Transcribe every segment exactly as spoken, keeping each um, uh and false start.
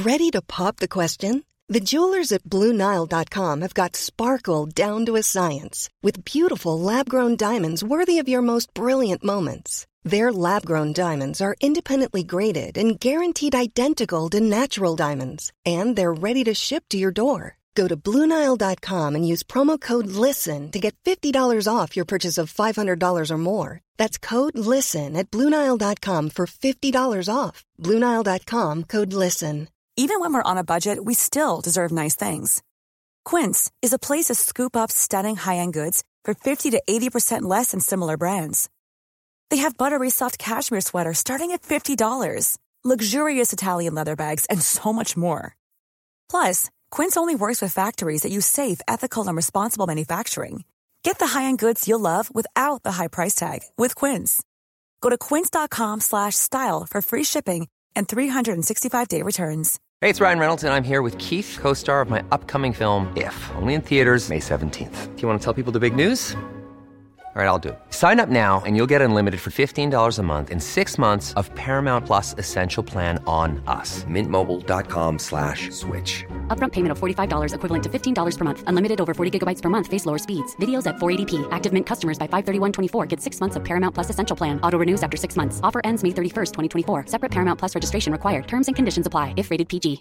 Ready to pop the question? The jewelers at Blue Nile dot com have got sparkle down to a science with beautiful lab-grown diamonds worthy of your most brilliant moments. Their lab-grown diamonds are independently graded and guaranteed identical to natural diamonds, and they're ready to ship to your door. Go to Blue Nile dot com and use promo code LISTEN to get fifty dollars off your purchase of five hundred dollars or more. That's code LISTEN at Blue Nile dot com for fifty dollars off. Blue Nile dot com, code LISTEN. Even when we're on a budget, we still deserve nice things. Quince is a place to scoop up stunning high-end goods for fifty to eighty percent less than similar brands. They have buttery soft cashmere sweaters starting at fifty dollars, luxurious Italian leather bags, and so much more. Plus, Quince only works with factories that use safe, ethical, and responsible manufacturing. Get the high-end goods you'll love without the high price tag with Quince. Go to quince dot com slash style for free shipping and three hundred sixty-five day returns. Hey, it's Ryan Reynolds, and I'm here with Keith, co-star of my upcoming film, If, only in theaters May seventeenth. Do you want to tell people the big news? All right, I'll do it. Sign up now and you'll get unlimited for fifteen dollars a month and six months of Paramount Plus Essential Plan on us. Mint Mobile dot com slash switch. Upfront payment of forty-five dollars equivalent to fifteen dollars per month. Unlimited over forty gigabytes per month. Face lower speeds. Videos at four eighty p. Active Mint customers by five thirty-one twenty-four get six months of Paramount Plus Essential Plan. Auto renews after six months. Offer ends May thirty-first, twenty twenty-four. Separate Paramount Plus registration required. Terms and conditions apply if rated P G.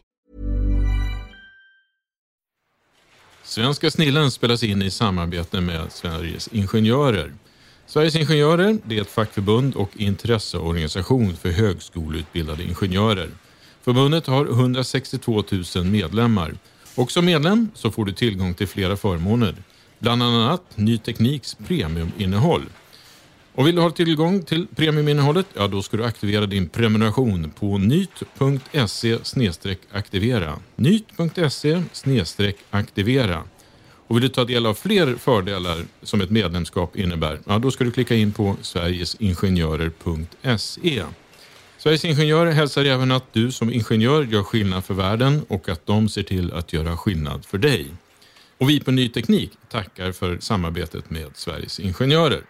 Svenska Snillen spelas in i samarbete med Sveriges Ingenjörer. Sveriges Ingenjörer det är ett fackförbund och intresseorganisation för högskoleutbildade ingenjörer. Förbundet har hundrasextiotvå tusen medlemmar och som medlem så får du tillgång till flera förmåner. Bland annat Ny Tekniks premiuminnehåll. Och vill du ha tillgång till premiuminnehållet, ja då ska du aktivera din prenumeration på nyt punkt se slash aktivera. nyt punkt se slash aktivera. Och vill du ta del av fler fördelar som ett medlemskap innebär, ja då ska du klicka in på sverigesingenjörer punkt se. Sveriges Ingenjörer hälsar även att du som ingenjör gör skillnad för världen och att de ser till att göra skillnad för dig. Och vi på Ny Teknik tackar för samarbetet med Sveriges Ingenjörer.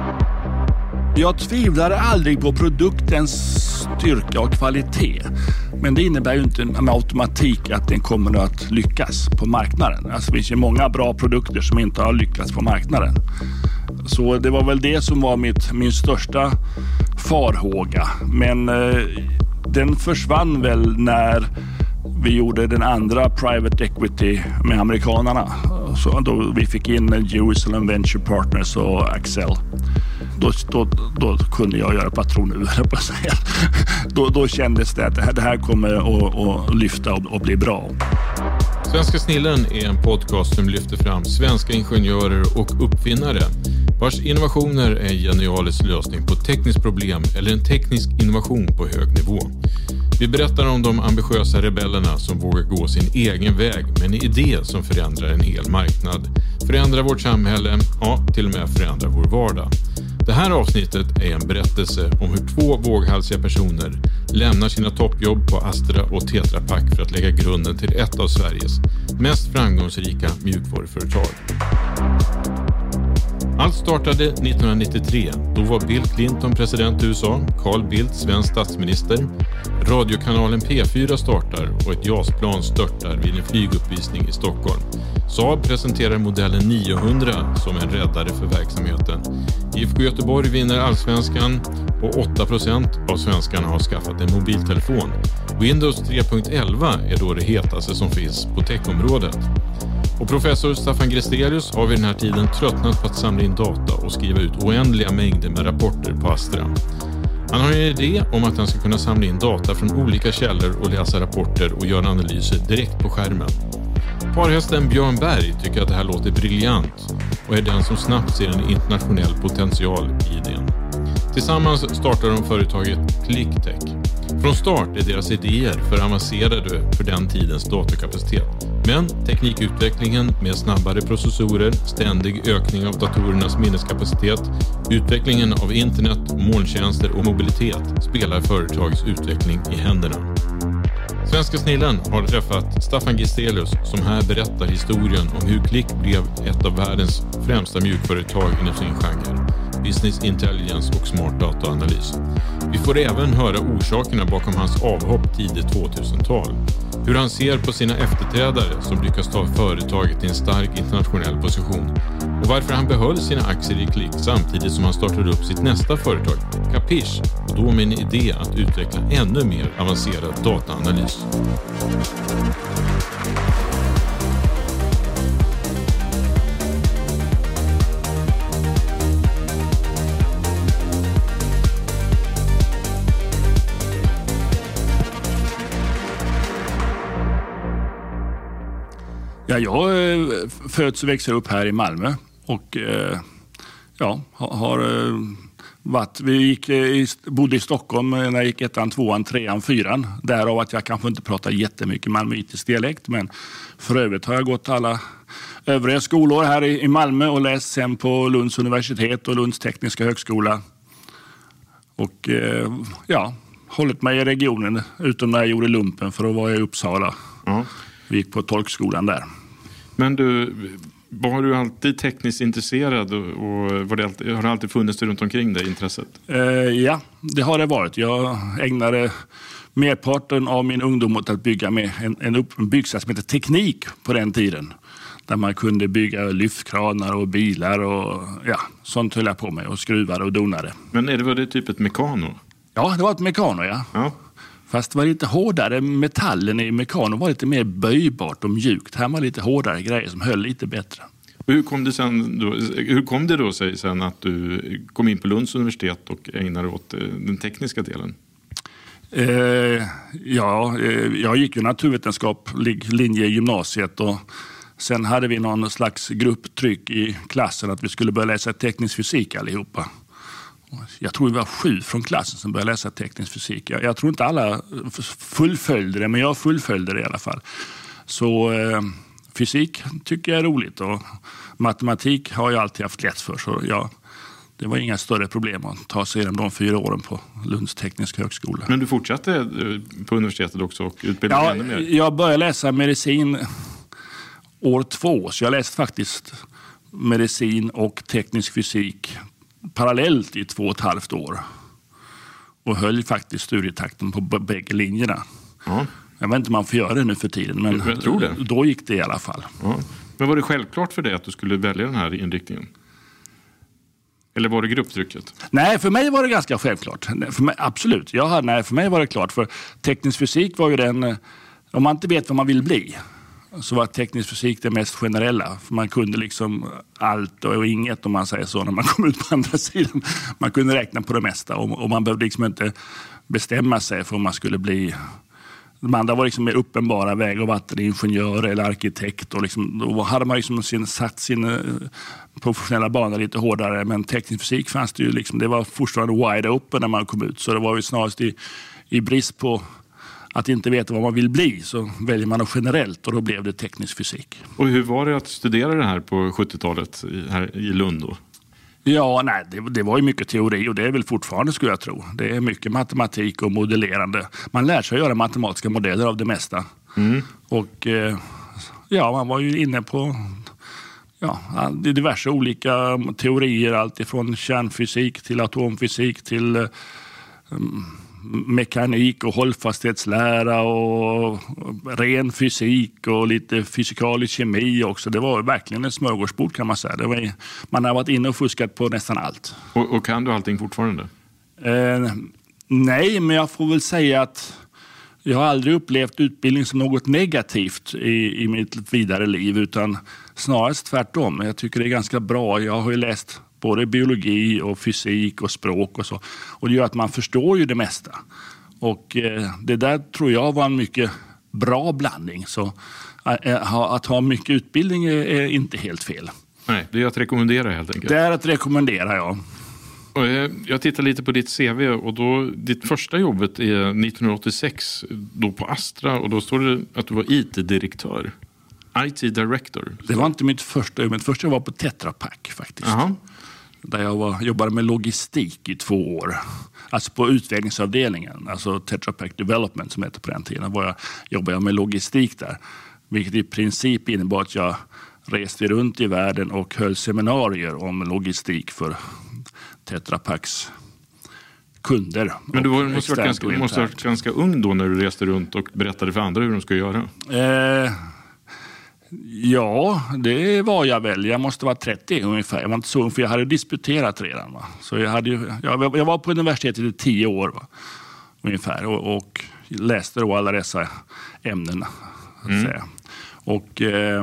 Jag tvivlar aldrig på produktens styrka och kvalitet. Men det innebär ju inte med automatik att den kommer att lyckas på marknaden. Alltså det finns ju många bra produkter som inte har lyckats på marknaden. Så det var väl det som var mitt, min största farhåga. Men eh, den försvann väl när vi gjorde den andra private equity med amerikanerna. Så då vi fick in Jerusalem Venture Partners och Accel. Då, då, då kunde jag göra patron nu, på att säga. Då, då kändes det att det här, det här kommer att, att lyfta och, och bli bra. Svenska Snillen är en podcast som lyfter fram svenska ingenjörer och uppfinnare vars innovationer är en genialisk lösning på ett tekniskt problem eller en teknisk innovation på hög nivå. Vi berättar om de ambitiösa rebellerna som vågar gå sin egen väg med en idé som förändrar en hel marknad, förändrar vårt samhälle, ja till och med förändrar vår vardag. Det här avsnittet är en berättelse om hur två våghalsiga personer lämnar sina toppjobb på Astra och Tetra Pak för att lägga grunden till ett av Sveriges mest framgångsrika mjukvaruföretag. Allt startade nittonhundranittiotre. Då var Bill Clinton president i U S A, Carl Bildt svensk statsminister. Radiokanalen P fyra startar och ett jasplan störtar vid en flyguppvisning i Stockholm. Saab presenterar modellen niohundra som en räddare för verksamheten. I F K Göteborg vinner allsvenskan och åtta procent av svenskarna har skaffat en mobiltelefon. Windows tre punkt elva är då det hetaste som finns på techområdet. Och professor Staffan Gistelius har vid den här tiden tröttnat på att samla in data och skriva ut oändliga mängder med rapporter på Astra. Han har en idé om att han ska kunna samla in data från olika källor och läsa rapporter och göra analyser direkt på skärmen. Parhästen Björn Berg tycker att det här låter briljant och är den som snabbt ser en internationell potential i idén. Tillsammans startar de företaget ClickTech. Från start är deras idéer för avancerade för den tidens datakapacitet. Men teknikutvecklingen med snabbare processorer, ständig ökning av datorernas minneskapacitet, utvecklingen av internet, molntjänster och mobilitet spelar företagets utveckling i händerna. Svenska Snillen har träffat Staffan Gistelius som här berättar historien om hur Click blev ett av världens främsta mjukföretag inom sin genre, business intelligence och smart dataanalys. Vi får även höra orsakerna bakom hans avhopp tidigt tvåtusental, Hur han ser på sina efterträdare som lyckas ta företaget till en stark internationell position. Och varför han behöll sina aktier i Click samtidigt som han startade upp sitt nästa företag, Capiche, och då med en idé att utveckla ännu mer avancerad dataanalys. Ja, jag föds och växer upp här i Malmö och ja, har varit, vi gick, bodde i Stockholm när jag gick ettan, tvåan, trean, fyran. Därav att jag kanske inte pratar jättemycket malmöitisk dialekt, men för övrigt har jag gått alla övriga skolor här i Malmö och läst sen på Lunds universitet och Lunds tekniska högskola. Och ja, hållit mig i regionen utom när jag gjorde lumpen för att vara i Uppsala. Mm. Vi gick på tolkskolan där. Men du, var du alltid tekniskt intresserad och var det alltid, har det alltid funnits runt omkring det intresset? Eh, ja, det har det varit. Jag ägnade merparten av min ungdom åt att bygga med en, en, en byggstad som heter Teknik på den tiden. Där man kunde bygga lyftkranar och bilar och ja, sånt höll jag på med och skruvade och donade. Men är det, var det typ ett mekano? Ja, det var ett mekano, ja. Ja. Fast det var lite hårdare. Metallen i mekano var lite mer böjbart och mjukt. Här var lite hårdare grejer som höll lite bättre. Och hur kom det sen då, hur kom det då sig sen att du kom in på Lunds universitet och ägnade åt den tekniska delen? Eh, ja, eh, jag gick ju naturvetenskaplig linje i gymnasiet och sen hade vi någon slags grupptryck i klassen att vi skulle börja läsa teknisk fysik allihopa. Jag tror vi var sju från klassen som började läsa teknisk fysik. Jag, jag tror inte alla fullföljde det, men jag fullföljde det i alla fall. Så eh, fysik tycker jag är roligt och matematik har jag alltid haft lätt för. Så ja, det var inga större problem att ta sig igenom de fyra åren på Lunds tekniska högskola. Men du fortsatte på universitetet också och utbildade ja, ännu mer? Jag började läsa medicin år två, så jag läste faktiskt medicin och teknisk fysik parallellt i två och ett halvt år och höll faktiskt studietakten på bägge linjerna. Ja. Jag vet inte om man får göra det nu för tiden, men jag tror det. Då gick det i alla fall. Ja. Men var det självklart för dig att du skulle välja den här inriktningen? Eller var det grupptrycket? Nej, för mig var det ganska självklart. För mig, absolut. Jag hade, nej, för mig var det klart. För teknisk fysik var ju den, om man inte vet vad man vill bli, så var teknisk fysik det mest generella. För man kunde liksom allt och inget, om man säger så, när man kom ut på andra sidan. Man kunde räkna på det mesta och, och man behövde liksom inte bestämma sig för om man skulle bli... De andra var liksom mer uppenbara, väg- och vatteningenjör eller arkitekt. Och liksom, då hade man liksom sin, satt sin professionella bana lite hårdare. Men teknisk fysik fanns det ju liksom, det var fortfarande wide open när man kom ut. Så det var ju snarast i, i brist på att inte veta vad man vill bli, så väljer man det generellt och då blev det teknisk fysik. Och hur var det att studera det här på sjuttiotalet här i Lund då? Ja, nej, det, det var ju mycket teori och det är väl fortfarande, skulle jag tro. Det är mycket matematik och modellerande. Man lär sig att göra matematiska modeller av det mesta. Mm. Och eh, ja, man var ju inne på ja, diverse olika teorier, allt ifrån kärnfysik till atomfysik till eh, mekanik och hållfasthetslära och ren fysik och lite fysikalisk kemi också. Det var verkligen ett smörgårdsbord, kan man säga. Det var, man har varit inne och fuskat på nästan allt. Och, och kan du allting fortfarande? Eh, nej, men jag får väl säga att jag har aldrig upplevt utbildning som något negativt i, i mitt vidare liv, utan snarast tvärtom. Jag tycker det är ganska bra. Jag har ju läst både biologi och fysik och språk och så. Och det gör att man förstår ju det mesta. Och eh, det där tror jag var en mycket bra blandning. Så äh, att ha mycket utbildning är, är inte helt fel. Nej, det är att rekommendera helt enkelt. Det är att rekommendera, ja. Och jag, jag tittar lite på ditt C V och då, ditt första jobbet är nittonhundraåttiosex då på Astra, och då står det att du var I T-direktör. I T Director. Det var inte mitt första jobb. Mitt första jobb var på Tetra Pak faktiskt. Aha. Där jag var, jobbade med logistik i två år. Alltså på utvecklingsavdelningen. Alltså Tetra Pak Development som heter på den tiden. Var jag, jobbade jag med logistik där. Vilket i princip innebar att jag reste runt i världen och höll seminarier om logistik för Tetra Paks kunder. Men du var, måste ha varit ganska, måste varit ganska ung då när du reste runt och berättade för andra hur de skulle göra? Eh, ja, det var jag väl. Jag måste vara trettio ungefär. Jag var inte så ung för jag hade disputerat redan. Va? Så jag, hade ju, jag, jag var på universitetet i tio år va? Ungefär och, och läste då alla dessa ämnen. Mm. Säga. Och, eh,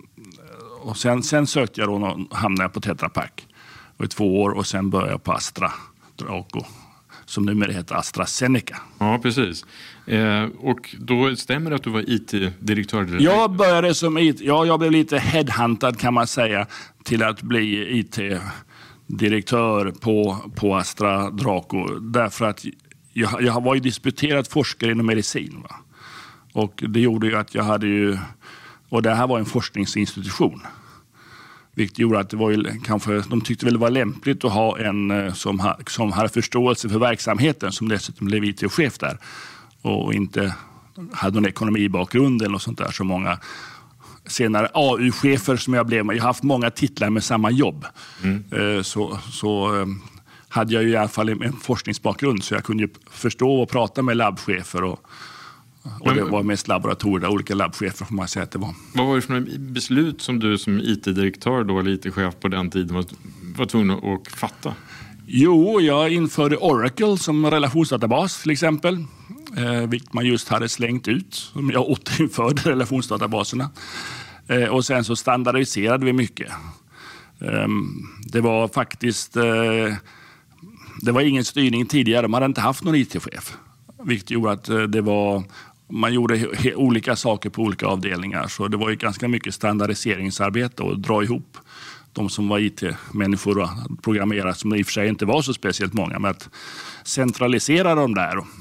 och sen, sen sökte jag då och hamnade på Tetra Pak i två år och sen började jag på Astra Draco, som numera heter AstraZeneca. Ja, precis. Eh, och då stämmer det att du var I T-direktör? Jag började som I T, ja, jag blev lite headhuntad kan man säga till att bli I T-direktör på, på Astra Draco. Därför att jag, jag var ju disputerad forskare inom medicin. Va? Och det gjorde ju att jag hade ju, och det här var en forskningsinstitution. Vilket gjorde att det var ju, kanske, de tyckte väl det var lämpligt att ha en som, ha, som hade förståelse för verksamheten, som dessutom blev I T-chef där. Och inte hade någon ekonomibakgrund eller något sånt där. Så många senare A U-chefer som jag blev med. Jag har haft många titlar med samma jobb. Mm. Så, så hade jag ju i alla fall en forskningsbakgrund. Så jag kunde ju förstå och prata med labbchefer och Och det var mest laboratorier, olika labbchefer får man säga att det var. Vad var det för beslut som du som I T-direktör då, eller I T-chef på den tiden var, var tvungen att fatta? Jo, jag införde Oracle som relationsdatabas till exempel. Eh, vilket man just hade slängt ut. Jag återinförde relationsdatabaserna. Eh, och sen så standardiserade vi mycket. Eh, det var faktiskt... Eh, det var ingen styrning tidigare. Man hade inte haft någon I T-chef. Vilket gjorde att det var... Man gjorde he- olika saker på olika avdelningar. Så det var ju ganska mycket standardiseringsarbete och dra ihop de som var I T-människor och programmerare, som i och för sig inte var så speciellt många, men att centralisera dem där och,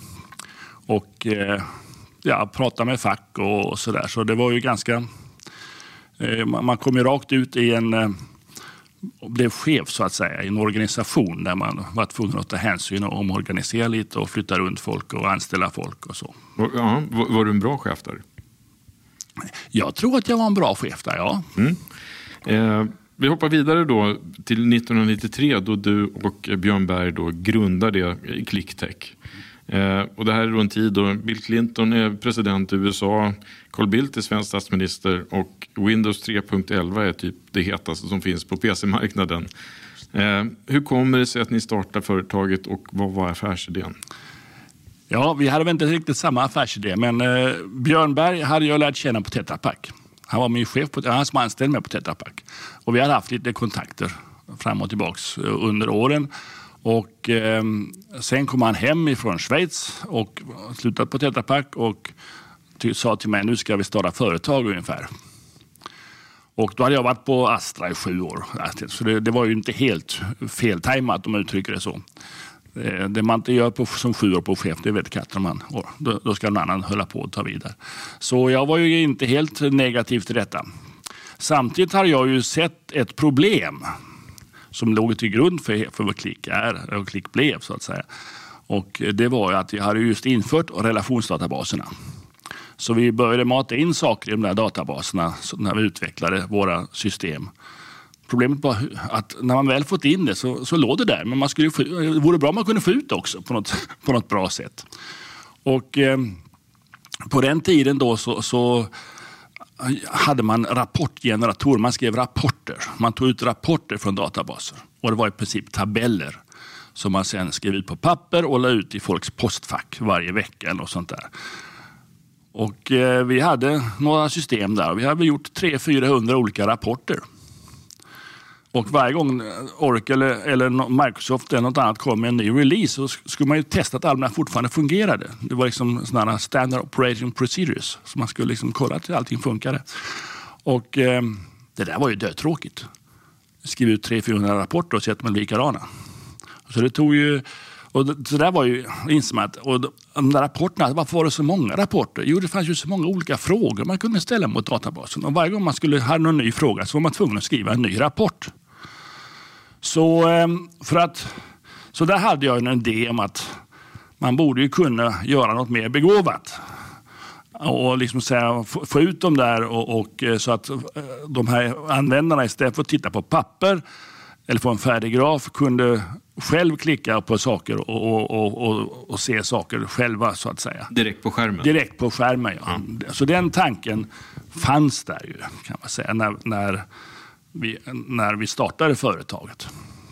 och eh, ja, prata med fack och, och sådär. Så det var ju ganska... Eh, man kom ju rakt ut i en... Eh, och blev chef så att säga i en organisation där man var tvungen att ta hänsyn och omorganisera lite och flytta runt folk och anställa folk och så. Ja, var, var du en bra chef där? Jag tror att jag var en bra chef där, ja. Mm. Eh, vi hoppar vidare då till nittonhundranittiotre då du och Björn Berg då grundade Clicktech. Eh, och det här är då en tid då Bill Clinton är president i U S A, Carl Bildt är svensk statsminister och Windows tre punkt elva är typ det hetaste som finns på P C-marknaden. Eh, hur kommer det sig att ni startade företaget och vad var affärsidén? Ja, vi hade väl inte riktigt samma affärsidé, men eh, Björn Berg hade jag lärt känna på Tetra Pak. Han var min chef, på, han som anställd med på Tetra Pak. Och vi hade haft lite kontakter fram och tillbaks under åren. Och eh, sen kom han hem ifrån Schweiz och slutade på Tetra Pak och ty- sa till mig, nu ska vi starta företag ungefär. Och då hade jag varit på Astra i sju år. Så det, det var ju inte helt feltajmat om man uttrycker det så. Det, det man inte gör på, som sju år på chef, det vet katten man. Och då, då ska någon annan hålla på och ta vidare. Så jag var ju inte helt negativ till detta. Samtidigt har jag ju sett ett problem som låg till grund för, för vad Klick är och Klick blev så att säga. Och det var ju att vi hade just infört relationsdatabaserna. Så vi började mata in saker i de där databaserna när vi utvecklade våra system. Problemet var att när man väl fått in det så, så låg det där. Men man skulle få, det vore bra om man kunde få ut det också på något, på något bra sätt. Och eh, på den tiden då så... så hade man rapportgeneratorer, man skrev rapporter. Man tog ut rapporter från databaser. Och det var i princip tabeller som man sen skrev ut på papper och la ut i folks postfack varje vecka eller något sånt där. Och eh, vi hade några system där. Vi hade gjort tre till fyrahundra olika rapporter. Och varje gång Oracle eller, eller Microsoft eller något annat kom med en ny release så skulle man ju testa att alla fortfarande fungerade. Det var liksom sådana standard operating procedures. Så man skulle liksom kolla att allting funkade. Och eh, det där var ju dödtråkigt. Skriv ut tre till fyrahundra rapporter och se att de är likadana. Så det tog ju... Och det, så där var ju insmätt. Och de där rapporterna, varför var det så många rapporter? Jo, det fanns ju så många olika frågor man kunde ställa mot databasen. Och varje gång man skulle ha någon ny fråga så var man tvungen att skriva en ny rapport. Så, för att, så där hade jag en idé om att man borde ju kunna göra något mer begåvat. Och liksom säga, få, få ut dem där och, och så att de här användarna istället för att titta på papper eller på en färdig graf kunde själv klicka på saker och, och, och, och se saker själva så att säga. Direkt på skärmen? Direkt på skärmen, ja. Mm. Så den tanken fanns där ju, kan man säga, när, när, vi, när vi startade företaget.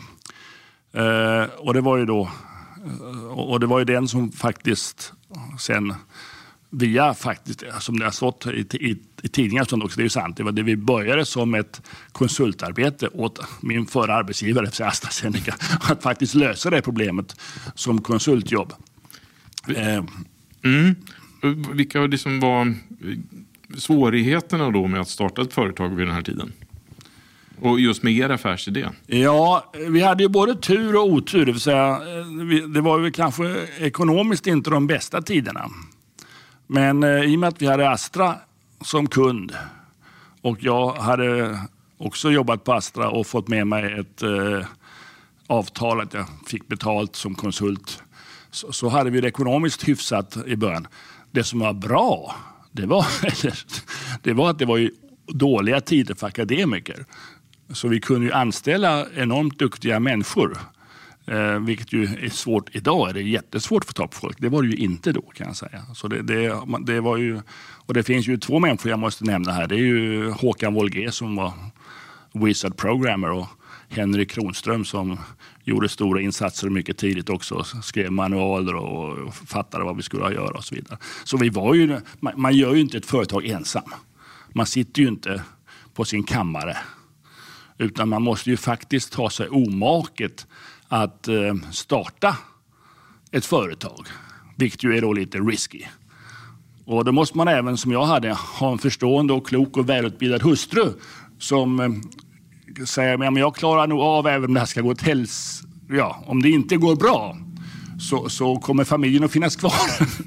Uh, och det var ju då och det var ju den som faktiskt sen via faktiskt, som det har stått i, i, i tidningar som också, det är ju sant, det var det vi började som ett konsultarbete åt min förra arbetsgivare för AstraZeneca, att faktiskt lösa det problemet som konsultjobb. Eh. Mm. Vilka liksom var svårigheterna då med att starta ett företag vid den här tiden? Och just med er affärsidé? Ja, vi hade ju både tur och otur. Det vill säga, det var ju kanske ekonomiskt inte de bästa tiderna. Men eh, i och med att vi hade Astra som kund och jag hade också jobbat på Astra och fått med mig ett eh, avtal att jag fick betalt som konsult, så, så hade vi det ekonomiskt hyfsat i början. Det som var bra, det var, det var att det var ju dåliga tider för akademiker. Så vi kunde ju anställa enormt duktiga människor. Eh, vilket ju är svårt idag. Är det jättesvårt för toppfolk. Det var det ju inte då, kan jag säga. Så det, det, det var ju, och det finns ju två människor jag måste nämna här. Det är ju Håkan Wolge som var Wizard Programmer och Henrik Kronström som gjorde stora insatser mycket tidigt också. Skrev manualer och fattade vad vi skulle göra och så vidare. Så vi var ju, man, man gör ju inte ett företag ensam. Man sitter ju inte på sin kammare. Utan man måste ju faktiskt ta sig omaket att eh, starta ett företag. Vilket ju är då lite risky. Och då måste man även, som jag hade, ha en förstående och klok och välutbildad hustru. Som eh, säger, men jag klarar nog av även om det här ska gå till häls... Ja, om det inte går bra så, så kommer familjen att finnas kvar.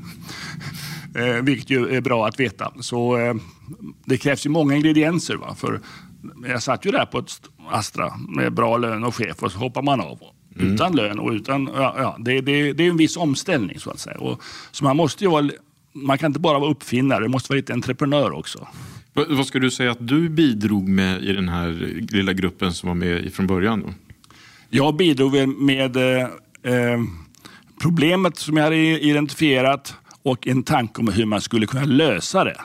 eh, vilket ju är bra att veta. Så eh, det krävs ju många ingredienser, va, för... Jag satt ju där på ett Astra med bra lön och chef och så hoppar man av. Mm. Utan lön och utan... Ja, ja, det, det, det är en viss omställning så att säga. Och, så man måste ju vara... Man kan inte bara vara uppfinnare, det måste vara lite entreprenör också. V- vad ska du säga att du bidrog med i den här lilla gruppen som var med från början då? Jag bidrog med eh, problemet som jag hade identifierat och en tanke om hur man skulle kunna lösa det.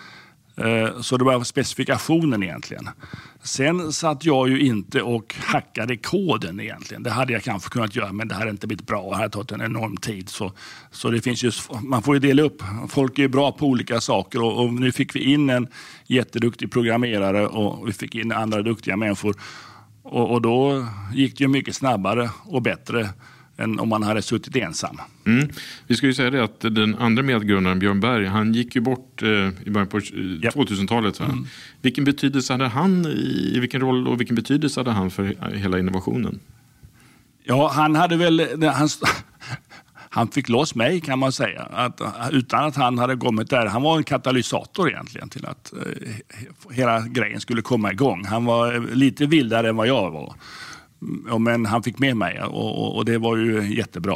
Så det var specifikationen egentligen. Sen satt jag ju inte och hackade koden egentligen. Det hade jag kanske kunnat göra, men det hade inte blivit bra. Det hade tagit en enorm tid. Så, så det finns ju, man får ju dela upp. Folk är ju bra på olika saker. Och, och nu fick vi in en jätteduktig programmerare och vi fick in andra duktiga människor. Och, och då gick det ju mycket snabbare och bättre än om man hade suttit ensam. Mm. Vi ska ju säga det att den andra medgrundaren, Björn Berg, han gick ju bort eh, i början på yep. tvåtusentalet. Mm. Vilken betydelse hade han, i vilken roll och vilken betydelse hade han för hela innovationen? Ja, han hade väl... Han, han fick loss mig, kan man säga. Att, utan att han hade kommit där. Han var en katalysator egentligen till att eh, hela grejen skulle komma igång. Han var lite vildare än vad jag var. Men han fick med mig och, och, och det var ju jättebra.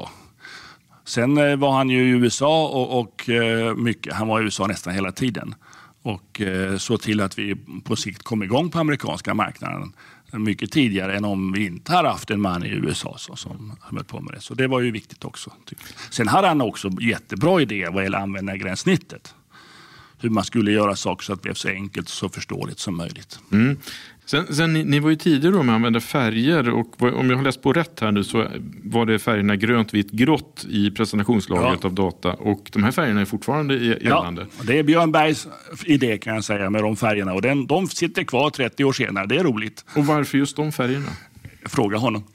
Sen var han ju i U S A och, och mycket, han var i U S A nästan hela tiden. Och så till att vi på sikt kom igång på amerikanska marknaden mycket tidigare än om vi inte hade haft en man i U S A så, som höll på med det. Så det var ju viktigt också. Sen hade han också jättebra idéer vad gäller användargränssnittet. Hur man skulle göra saker så att det blev så enkelt och så förståeligt som möjligt. Mm. Sen, sen ni, ni var ju tidigare med att använda färger och om jag har läst på rätt här nu så var det färgerna grönt, vitt, grått i presentationslagret ja. av data och de här färgerna är fortfarande gällande. Ja, det är Björn Bergs idé kan jag säga med de färgerna och den, de sitter kvar trettio år senare, det är roligt. Och varför just de färgerna? Fråga honom.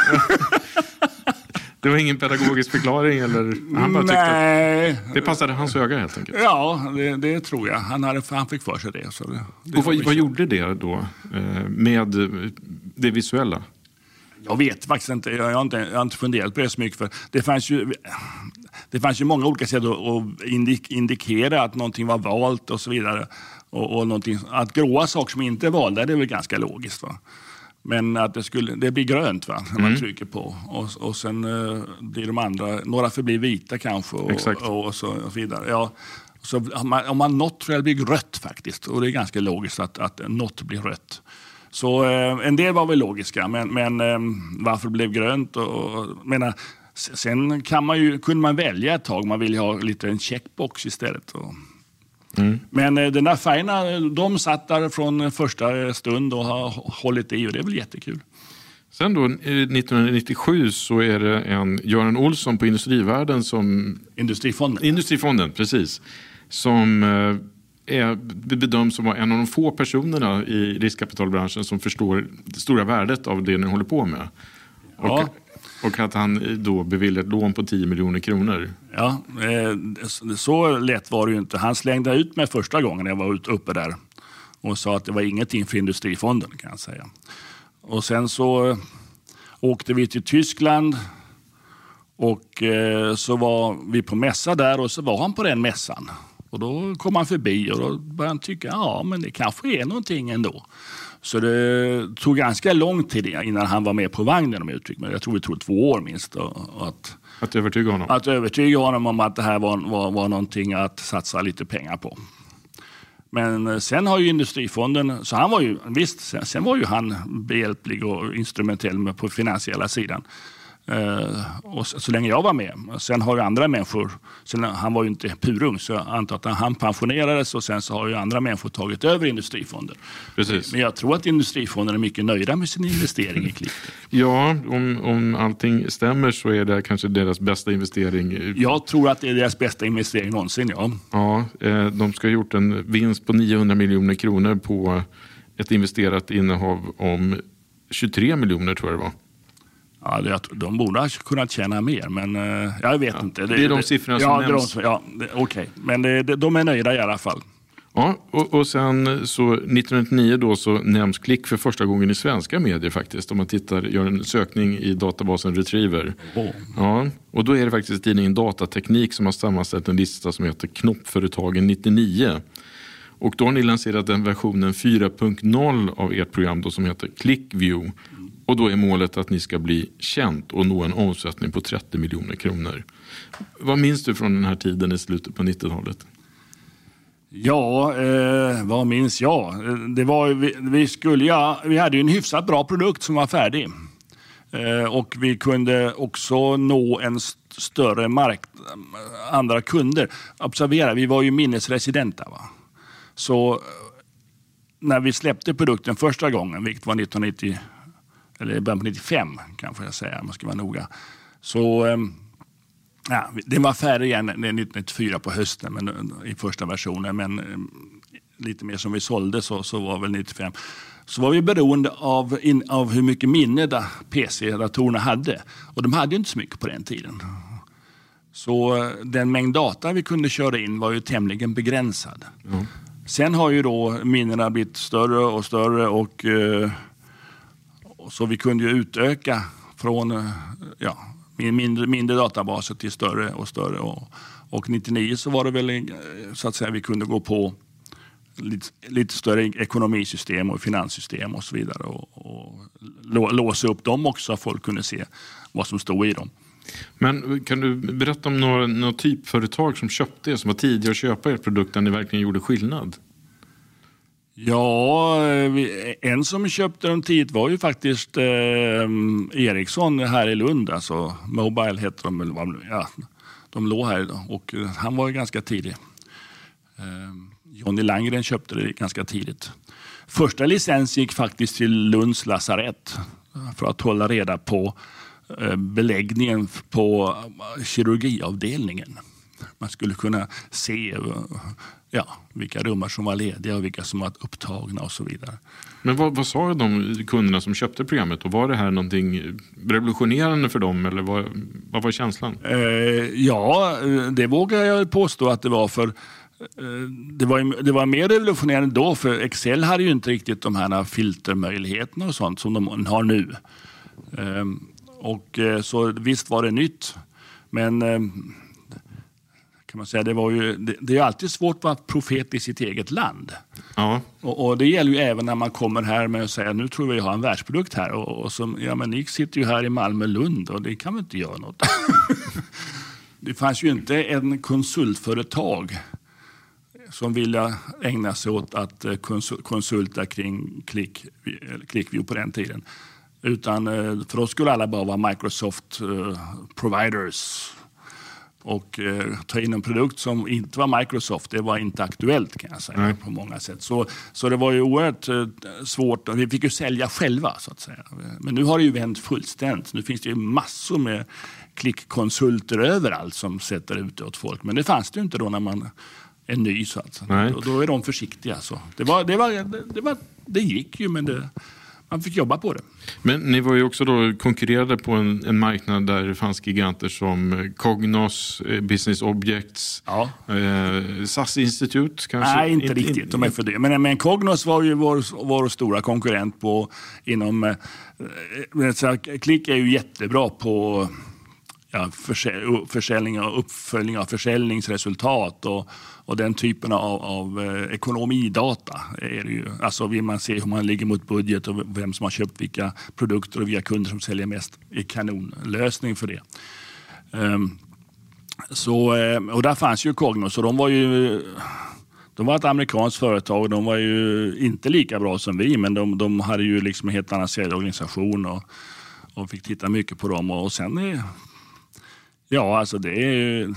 Det var ingen pedagogisk förklaring eller han bara Nej. Tyckte att det passade hans öga helt enkelt. Ja, det, det tror jag. Han, hade, han fick för sig det. Så det, det och vad, vad gjorde det då med det visuella? Jag vet faktiskt inte. Jag har inte, jag har inte funderat på det så mycket. För det fanns ju, det fanns ju många olika sätt att indik, indikera att någonting var valt och så vidare. Och, och någonting, att gråa saker som inte är valda, det är väl ganska logiskt, va? Men att det, skulle, det blir grönt, va, när man mm. trycker på. Och, och sen uh, blir de andra, några förblir vita kanske och, och, och, så, och så vidare. Ja, så om man, om man något tror jag det blir rött faktiskt. Och det är ganska logiskt att, att något blir rött. Så eh, en del var väl logiska, men, men eh, varför det blev grönt och, och menar, sen kan man ju, kunde man välja ett tag, man vill ha lite en checkbox istället. Och, mm. Men eh, den där färgerna, de satt där från första stund och har hållit i, och det är väl jättekul. Sen då nittonhundranittiosju så är det en Göran Olsson på Industrivärden som... Industrifonden. Industrifonden, precis. Som är bedöms som en av de få personerna i riskkapitalbranschen som förstår det stora värdet av det ni håller på med. Och, ja. och att han då beviljade ett lån på tio miljoner kronor. Ja, så lätt var det ju inte. Han slängde ut mig första gången jag var uppe där och sa att det var ingenting för Industrifonden, kan jag säga. Och sen så åkte vi till Tyskland och eh, så var vi på mässa där, och så var han på den mässan. Och då kom han förbi och då började han tycka, ja men det kanske är någonting ändå. Så det tog ganska lång tid innan han var med på vagnen, om jag uttrycker mig. Jag tror det tog två år minst. Och att, att övertyga honom? Att övertyga honom om att det här var, var, var någonting att satsa lite pengar på. Men sen har ju Industrifonden, så han var ju, visst, sen, sen var ju han behjälplig och instrumentell på finansiella sidan. Uh, och så, så länge jag var med. Sen har ju andra människor, sen, han var ju inte purung, så jag antar att han pensionerades, och sen så har ju andra människor tagit över Industrifonden. Precis. Men jag tror att Industrifonden är mycket nöjda med sin investering i Klick. Ja, om, om allting stämmer så är det kanske deras bästa investering. Jag tror att det är deras bästa investering någonsin, ja. Ja, de ska ha gjort en vinst på niohundra miljoner kronor på ett investerat innehav om tjugotre miljoner, tror jag det var. Ja, det, de borde ha kunnat tjäna mer, men uh, jag vet ja, inte. Det, det är de siffrorna som ja, nämns. De, ja, okej. Okay. Men det, det, de är nöjda i alla fall. Ja, och, och sen så nittonhundranittionio då så nämns Klick för första gången i svenska medier faktiskt. Om man tittar, gör en sökning i databasen Retriever. Oh. Ja, och då är det faktiskt tidningen Datateknik som har sammanställt en lista som heter Knoppföretagen nittionio. Och då har ni lanserat den versionen fyra punkt noll av ert program då som heter ClickView. Och då är målet att ni ska bli känt och nå en omsättning på trettio miljoner kronor. Vad minns du från den här tiden i slutet på nittiotalet? Ja, eh, vad minns jag? Det var, vi, vi, skulle, ja, vi hade ju en hyfsat bra produkt som var färdig. Eh, och vi kunde också nå en st- större marknad, andra kunder. Observera, vi var ju minnesresidenta, va? Så när vi släppte produkten första gången, vilket var nittonhundranittio, eller början på nittiofem kanske jag säga, man ska vara noga. Så ja, det var färdig igen nittonhundranittiofyra på hösten, men, i första versionen, men lite mer som vi sålde så, så var väl nittiofem. Så var vi beroende av, in, av hur mycket minne da P C-datorerna hade. Och de hade ju inte så mycket på den tiden. Så den mängd data vi kunde köra in var ju tämligen begränsad. Mm. Sen har ju då minnena blivit större och större och eh, så vi kunde ju utöka från ja, mindre, mindre databaser till större och större. Och, och nittionio så var det väl så att säga vi kunde gå på lite, lite större ekonomisystem och finanssystem och så vidare. Och, och låsa upp dem också så att folk kunde se vad som stod i dem. Men kan du berätta om några, några typföretag som köpte det, som var tidiga att köpa er produkt där ni verkligen gjorde skillnad? Ja, en som köpte dem tidigt var ju faktiskt eh, Ericsson här i Lund. Alltså Mobile heter de, eller ja, de låg här idag och han var ju ganska tidig. Eh, Johnny Langgren köpte det ganska tidigt. Första licens gick faktiskt till Lunds lasarett för att hålla reda på eh, beläggningen på kirurgiavdelningen. Man skulle kunna se ja, vilka rummar som var lediga och vilka som var upptagna och så vidare. Men vad, vad sa de kunderna som köpte programmet? Och var det här någonting revolutionerande för dem? Eller vad, vad var känslan? Eh, ja, det vågar jag påstå att det var för... Det var, det var mer revolutionerande då, för Excel hade ju inte riktigt de här filtermöjligheterna och sånt som de har nu. Eh, och så visst var det nytt, men... kan man säga, det, var ju, det, det är alltid svårt att vara profet i sitt eget land. Ja. Och, och det gäller ju även när man kommer här med att säga nu tror vi har en världsprodukt här. Och, och som, ja, men ni sitter ju här i Malmö Lund och det kan väl inte göra något. Det fanns ju inte en konsultföretag som ville ägna sig åt att konsulta kring Click, ClickView på den tiden. Utan för oss skulle alla bara vara Microsoft providers. Och eh, ta in en produkt som inte var Microsoft, det var inte aktuellt kan jag säga mm. på många sätt. Så, så det var ju oerhört eh, svårt, vi fick ju sälja själva så att säga. Men nu har det ju vänt fullständigt. Nu finns det ju massor med klickkonsulter överallt som sätter ut det åt folk. Men det fanns det ju inte då när man är ny så att säga. Då, då är de försiktiga. Så. Det, var, det, var, det, det, var, det gick ju men det... Man fick jobba på det. Men ni var ju också då konkurrerade på en, en marknad där det fanns giganter som Cognos, Business Objects, ja. eh, S A S-institut kanske? Nej, inte, inte riktigt. De är för det. Men, men Cognos var ju vår, vår stora konkurrent på inom... Eh, Click är ju jättebra på ja, försälj, försäljning och uppföljning av försäljningsresultat och Och den typen av, av eh, ekonomidata är det ju. Alltså vill man se hur man ligger mot budget och vem som har köpt vilka produkter och vilka kunder som säljer mest är kanonlösning för det. Um, så, och där fanns ju Cognos och de var ju de var ett amerikanskt företag. De var ju inte lika bra som vi men de, de hade ju liksom en helt annan säljorganisation och, och fick titta mycket på dem. Och sen är, ja alltså det är ju...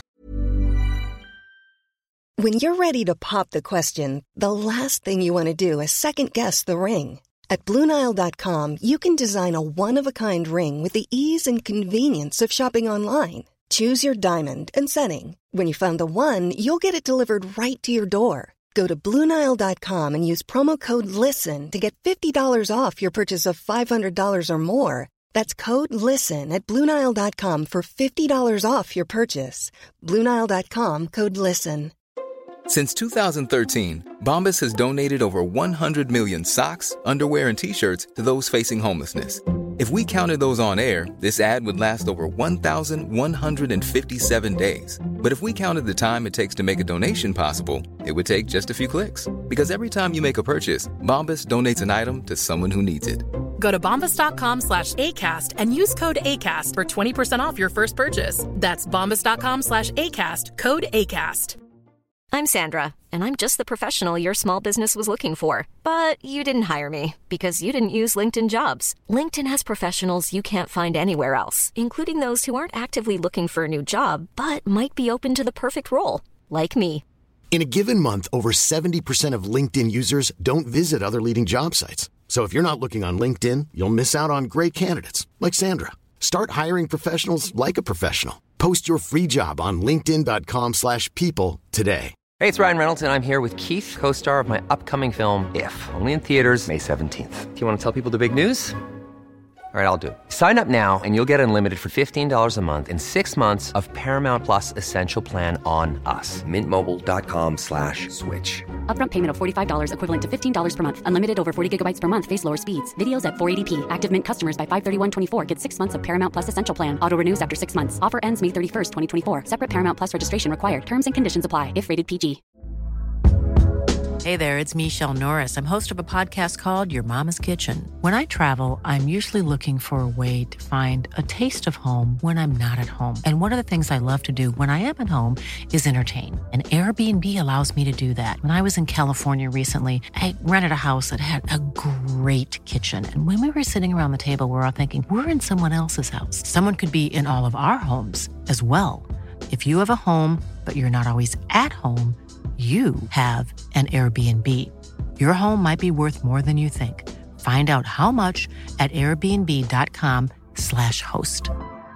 When you're ready to pop the question, the last thing you want to do is second-guess the ring. At Blue Nile dot com, you can design a one-of-a-kind ring with the ease and convenience of shopping online. Choose your diamond and setting. When you find the one, you'll get it delivered right to your door. Go to Blue Nile dot com and use promo code LISTEN to get fifty dollars off your purchase of five hundred dollars or more. That's code LISTEN at Blue Nile dot com for fifty dollars off your purchase. Blue Nile dot com, code LISTEN. Since two thousand thirteen, Bombas has donated over one hundred million socks, underwear, and T-shirts to those facing homelessness. If we counted those on air, this ad would last over one thousand one hundred fifty-seven days. But if we counted the time it takes to make a donation possible, it would take just a few clicks. Because every time you make a purchase, Bombas donates an item to someone who needs it. Go to bombas dot com slash ACAST and use code ACAST for twenty percent off your first purchase. That's bombas dot com slash ACAST, code ACAST. I'm Sandra, and I'm just the professional your small business was looking for. But you didn't hire me because you didn't use LinkedIn Jobs. LinkedIn has professionals you can't find anywhere else, including those who aren't actively looking for a new job, but might be open to the perfect role, like me. In a given month, over seventy percent of LinkedIn users don't visit other leading job sites. So if you're not looking on LinkedIn, you'll miss out on great candidates, like Sandra. Start hiring professionals like a professional. Post your free job on linkedin dot com slash people today. Hey, it's Ryan Reynolds, and I'm here with Keith, co-star of my upcoming film, If, only in theaters May seventeenth. Do you want to tell people the big news? All right, I'll do it. Sign up now and you'll get unlimited for fifteen dollars a month and six months of Paramount Plus Essential Plan on us. Mint Mobile dot com slash switch. Upfront payment of forty-five dollars equivalent to fifteen dollars per month. Unlimited over forty gigabytes per month. Face lower speeds. Videos at four eighty p. Active Mint customers by five thirty-one twenty-four get six months of Paramount Plus Essential Plan. Auto renews after six months. Offer ends May thirty-first, twenty twenty-four. Separate Paramount Plus registration required. Terms and conditions apply if rated P G. Hey there, it's Michelle Norris. I'm host of a podcast called Your Mama's Kitchen. When I travel, I'm usually looking for a way to find a taste of home when I'm not at home. And one of the things I love to do when I am at home is entertain. And Airbnb allows me to do that. When I was in California recently, I rented a house that had a great kitchen. And when we were sitting around the table, we were all thinking, we're in someone else's house. Someone could be in all of our homes as well. If you have a home, but you're not always at home, you have an Airbnb. Your home might be worth more than you think. Find out how much at airbnb dot com slash host.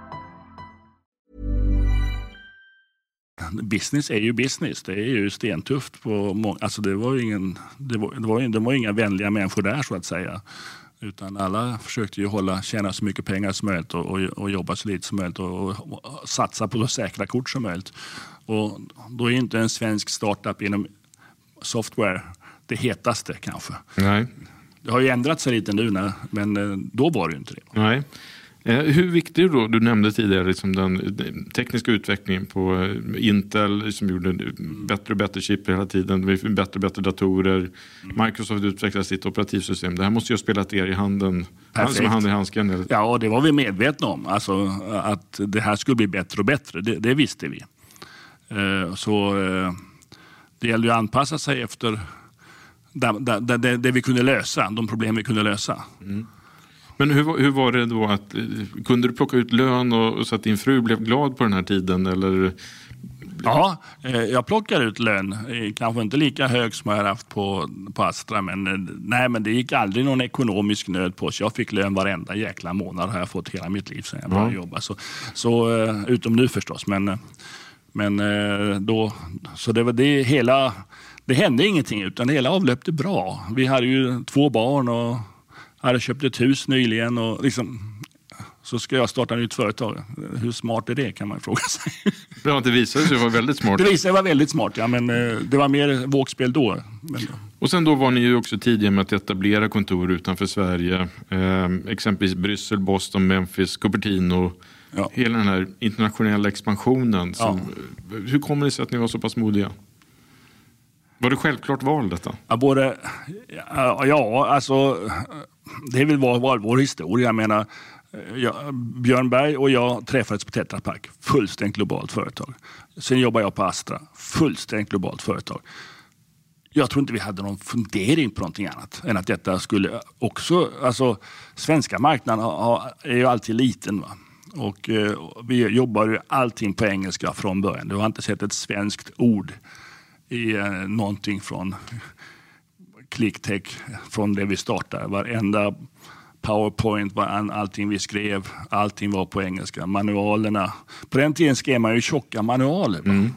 Business är ju business. Det är ju stentufft på många. Alltså det var ju ingen, det var, det var, det var inga vänliga människor där så att säga. Utan alla försökte ju hålla, tjäna så mycket pengar som möjligt och, och, och jobba så lite som möjligt och, och, och satsa på så säkra kort som möjligt. Och då är inte en svensk startup inom software det hetaste kanske. Nej. Det har ju ändrat sig lite nu, när, men då var det ju inte det. Nej. Eh, hur viktig då, du nämnde tidigare liksom den, den tekniska utvecklingen på Intel som gjorde bättre och bättre chip hela tiden, bättre och bättre datorer. Microsoft utvecklade sitt operativsystem. Det här måste ju ha spelat er i handen, som hand i handsken. Ja, och det var vi medvetna om. Alltså, att det här skulle bli bättre och bättre, det, det visste vi. Eh, så... Eh, det gällde ju att anpassa sig efter det, det, det, det vi kunde lösa, de problem vi kunde lösa. Mm. Men hur, hur var det då att, kunde du plocka ut lön och, och så att din fru blev glad på den här tiden eller? Ja, jag plockade ut lön. Kanske inte lika hög som jag haft på, på Astra. Men, nej, men det gick aldrig någon ekonomisk nöd på sig. Jag fick lön varenda jäkla månad har jag fått hela mitt liv sedan jag började ja. jobba. Så, så, utom nu förstås. Men, men då, så det var det hela... Det hände ingenting utan det hela avlöpte bra. Vi hade ju två barn och hade köpt ett hus nyligen och liksom... Så ska jag starta ett nytt företag. Hur smart är det kan man fråga sig. Ja, det visade sig vara väldigt smart. Det visade sig vara väldigt smart, ja. Men eh, det var mer vågspel då. Men... Och sen då var ni ju också tidiga med att etablera kontor utanför Sverige. Eh, exempelvis Bryssel, Boston, Memphis, Cupertino. Ja. Hela den här internationella expansionen. Som, ja. Hur kommer det sig att ni var så pass modiga? Var det självklart val detta? Ja, både, ja, ja alltså det vill vara var vår historia. Jag menar, jag, Björn Berg och jag träffades på Tetra Pak, fullständigt globalt företag. Sen jobbar jag på Astra, fullständigt globalt företag. Jag tror inte vi hade någon fundering på någonting annat än att detta skulle också, alltså svenska marknaden är ju alltid liten, va? Och eh, vi jobbar ju allting på engelska från början. Du har inte sett ett svenskt ord i eh, någonting från ClickTech från det vi startade. Varenda PowerPoint, var allting vi skrev, allting var på engelska. Manualerna. På den tiden skrev man ju tjocka manualer. Mm.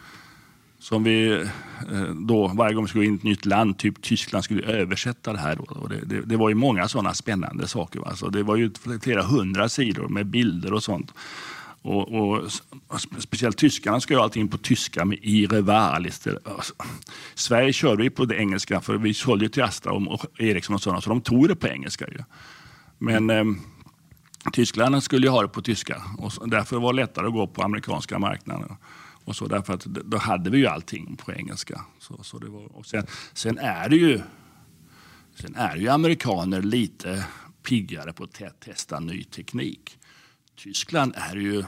Som vi då, varje gång vi skulle in i ett nytt land, typ Tyskland, skulle översätta det här. Då. Och det, det, det var ju många sådana spännande saker. Va? Så det var ju flera hundra sidor med bilder och sånt. Och, och speciellt tyskarna ska ju alltid in på tyska med ihre Wahl istället. Alltså, Sverige körde vi på det engelska för vi sålde ju till Astra och Ericsson och sådana, så de tog det på engelska ju. Men eh, Tyskland skulle ju ha det på tyska och så, därför var det lättare att gå på amerikanska marknaden. Och så därför att då hade vi ju allting på engelska. Så, så det var, och sen, sen är det ju sen är det ju amerikaner lite piggare på att te- testa ny teknik. Tyskland är ju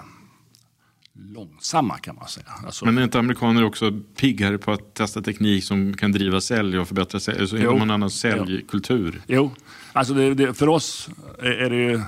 långsamma kan man säga. Alltså, men är inte amerikaner också piggare på att testa teknik som kan driva sälj och förbättra sälj? Så har man en annan säljkultur. Jo, jo. Alltså det, det, för oss är det ju...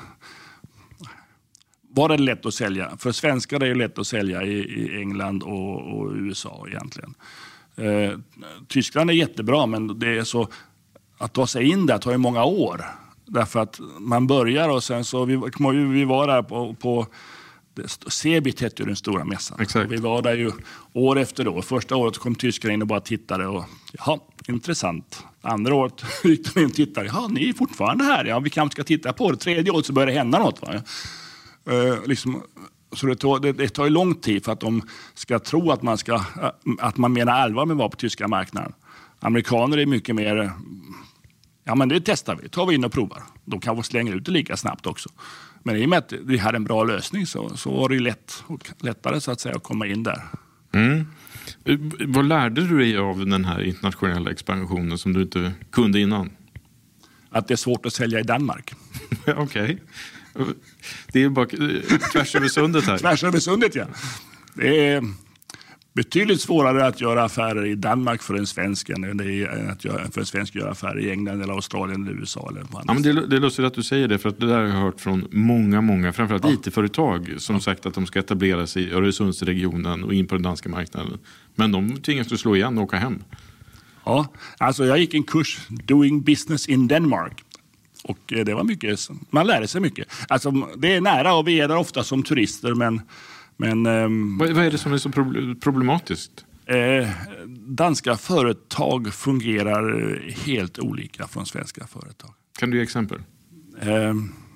Var det lätt att sälja? För svenskar är det ju lätt att sälja i, i England och, och U S A egentligen. Eh, Tyskland är jättebra, men det är så att ta sig in där tar ju många år. Därför att man börjar och sen så, vi, vi var där på, på Cebit hette ju den stora mässan. Exakt. Vi var där ju år efter år. Första året kom tyskarna in och bara tittade och ja, intressant. Andra året gick de in och tittade. Ja, ni är fortfarande här. Ja, vi kanske ska titta på det. Tredje året så börjar det hända något, va? Uh, liksom, så det tar, det, det tar ju lång tid för att de ska tro att man, ska, att man menar allvar med att vara på tyska marknaden. Amerikaner är mycket mer, ja men det testar vi, tar vi in och provar. De kanske slänger ut det lika snabbt också. Men i och med att vi hade en bra lösning så, så var det ju lätt, och lättare så att säga att komma in där. Mm. Vad lärde du dig av den här internationella expansionen som du inte kunde innan? Att det är svårt att sälja i Danmark. Okej. Okay. Det är bara tvärs över sundet här. Tvärs över sundet, ja. Det är betydligt svårare att göra affärer i Danmark för en svensk än det är att göra, för en svensk göra affärer i England eller Australien eller U S A. Eller på ja, men det, det är lustigt att du säger det, för att det där har jag hört från många, många, framförallt ja. I T-företag som ja. sagt att de ska etablera sig i Öresundsregionen och in på den danska marknaden. Men de tvingas att slå igen och åka hem. Ja, alltså jag gick en kurs Doing Business in Denmark. Och det var mycket, man lärde sig mycket. Alltså, det är nära och vi är där ofta som turister, men... men um, vad, vad är det som är så problematiskt? Eh, danska företag fungerar helt olika från svenska företag. Kan du ge exempel? Eh,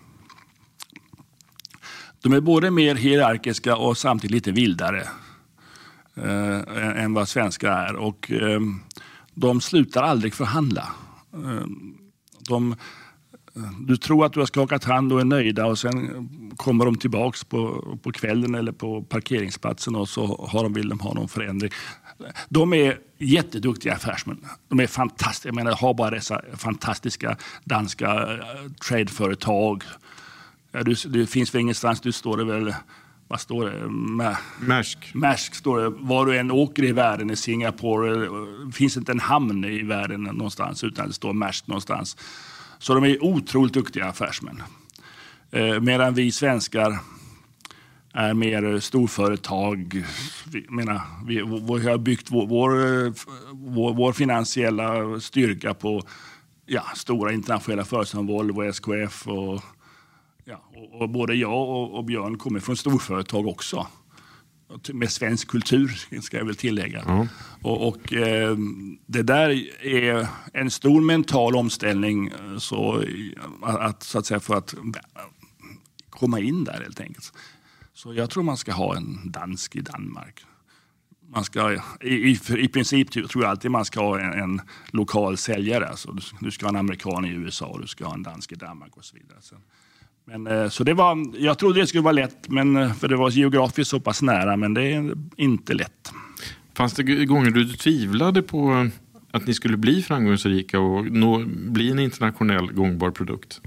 de är både mer hierarkiska och samtidigt lite vildare eh, än vad svenska är. Och eh, de slutar aldrig förhandla. Eh, de... Du tror att du har skakat hand och är nöjda och sen kommer de tillbaks på, på kvällen eller på parkeringsplatsen och så har de, vill de ha någon förändring. De är jätteduktiga affärsmän. De är fantastiska. Jag menar, har bara dessa fantastiska danska tradeföretag. Ja, du, det finns väl ingenstans, du står det väl vad står det? Mä- Maersk. Maersk står det. Var du än åker i världen, i Singapore, det finns inte en hamn i världen någonstans utan det står Maersk någonstans. Så de är otroligt duktiga affärsmän. Eh, medan vi svenskar är mer storföretag. Vi, menar, vi, vi har byggt vår, vår, vår, vår finansiella styrka på ja, stora internationella företag som Volvo, S K F och, ja, och, och både jag och, och Björn kommer från storföretag också. Med svensk kultur ska jag väl tillägga. Mm. Och, och eh, det där är en stor mental omställning så att, så att säga, för att komma in där helt enkelt. Så jag tror man ska ha en dansk i Danmark. Man ska, i, i, i princip tror jag alltid man ska ha en, en lokal säljare. Alltså du, du ska ha en amerikan i U S A och du ska ha en dansk i Danmark och så vidare. Så, men, så det var, jag trodde det skulle vara lätt, men, för det var geografiskt så pass nära, men det är inte lätt. Fanns det gånger du tvivlade på att ni skulle bli framgångsrika och nå, bli en internationell gångbar produkt?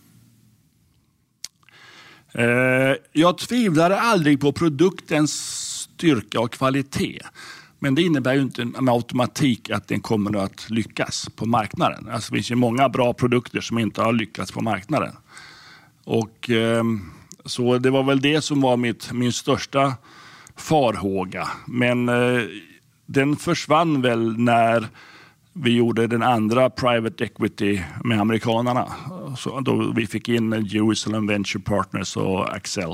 Jag tvivlade aldrig på produktens styrka och kvalitet. Men det innebär ju inte med automatik att den kommer att lyckas på marknaden. Alltså det finns ju många bra produkter som inte har lyckats på marknaden. Och så det var väl det som var mitt, min största farhåga. Men den försvann väl när vi gjorde den andra private equity med amerikanerna. Så då vi fick in Jerusalem Venture Partners och Accel.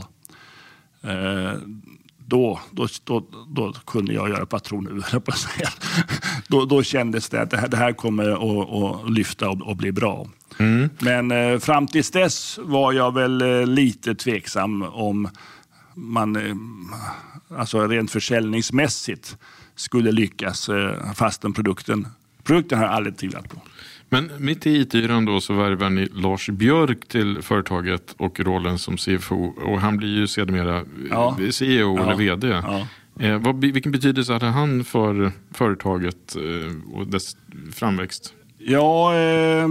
Eh, då, då, då, då kunde jag göra patron nu. På att säga. Då, då kändes det att det här, det här kommer att, att lyfta och, och bli bra. Mm. Men eh, fram tills dess var jag väl eh, lite tveksam om man eh, alltså rent försäljningsmässigt skulle lyckas eh, fastän produkten Produkten har jag aldrig tvivlat på. Men mitt i it-yran då så värvar ni Lars Björk till företaget och rollen som C F O. Och han blir ju sedermera ja. C E O ja. eller vd. Ja. Eh, vad, vilken betydelse hade han för företaget eh, och dess framväxt? Ja, eh,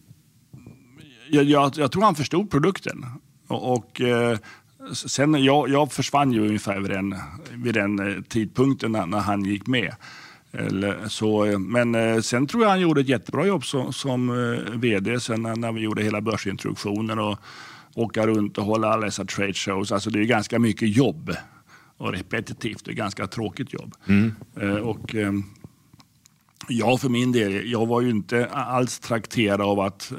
jag, jag, jag tror han förstod produkten. Och, och eh, sen, jag, jag försvann ju ungefär vid den, vid den tidpunkten när, när han gick med. Eller så, men sen tror jag han gjorde ett jättebra jobb som, som vd sen när, när vi gjorde hela börsintroduktionen och åka runt och hålla alla dessa trade shows. Alltså det är ganska mycket jobb och repetitivt. Det är ganska tråkigt jobb. Mm. Och jag för min del, jag var ju inte alls trakterad av att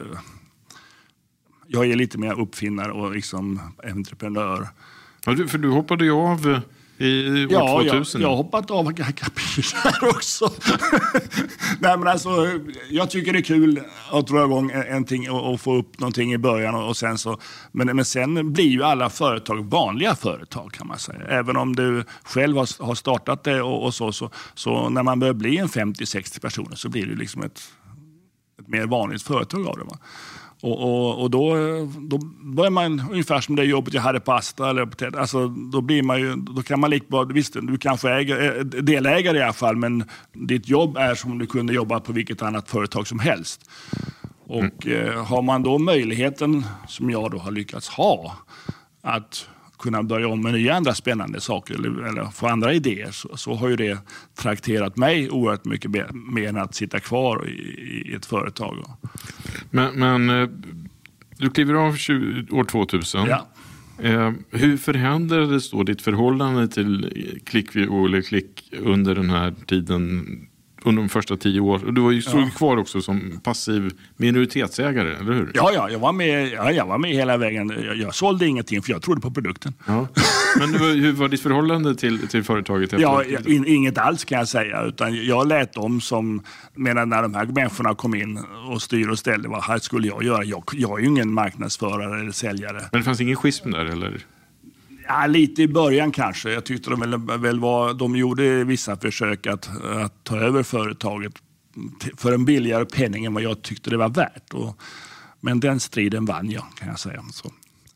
jag är lite mer uppfinnare och liksom entreprenör. Ja, du, för du hoppade ju av i år ja, tvåtusen. Jag, jag har hoppat av kapitel också. Nej, men alltså, jag tycker det är kul att dra igång en ting och, och få upp någonting i början. Och sen så, men, men sen blir ju alla företag vanliga företag kan man säga. Även om du själv har, har startat det och, och så, så, så när man börjar bli en femtio sextio personer så blir det liksom ett, ett mer vanligt företag av det, va? Och, och, och då, då börjar man ungefär som det jobbet jag hade på Asta eller på Ted. Alltså, då blir man ju, då kan man lika bra, visst du kanske är delägare i alla fall, men ditt jobb är som om du kunde jobba på vilket annat företag som helst. Och mm. eh, har man då möjligheten, som jag då har lyckats ha, att kunna börja om med nya andra spännande saker eller, eller få andra idéer, så, så har ju det trakterat mig oerhört mycket mer än att sitta kvar i, i ett företag. Men, men du kliver av år tvåtusen. Ja. Eh, hur förändrades då ditt förhållande till Klickvio eller Klick under den här tiden, under de första tio år? Du var ju ja. kvar också som passiv minoritetsägare, eller hur? Ja, ja, jag var med, ja, jag var med hela vägen. Jag, jag sålde ingenting för jag trodde på produkten. Ja. Men hur var ditt förhållande till, till företaget? Ja, in, inget alls kan jag säga. Utan jag lät dem som, medan när de här människorna kom in och styr och ställde, vad här skulle jag göra? Jag, jag är ju ingen marknadsförare eller säljare. Men det fanns ingen schism där, eller? Ja, lite i början kanske. Jag tyckte de väl, väl var, de gjorde vissa försök att, att ta över företaget för en billigare penning än vad jag tyckte det var värt. Och, men den striden vann jag, kan jag säga. Så,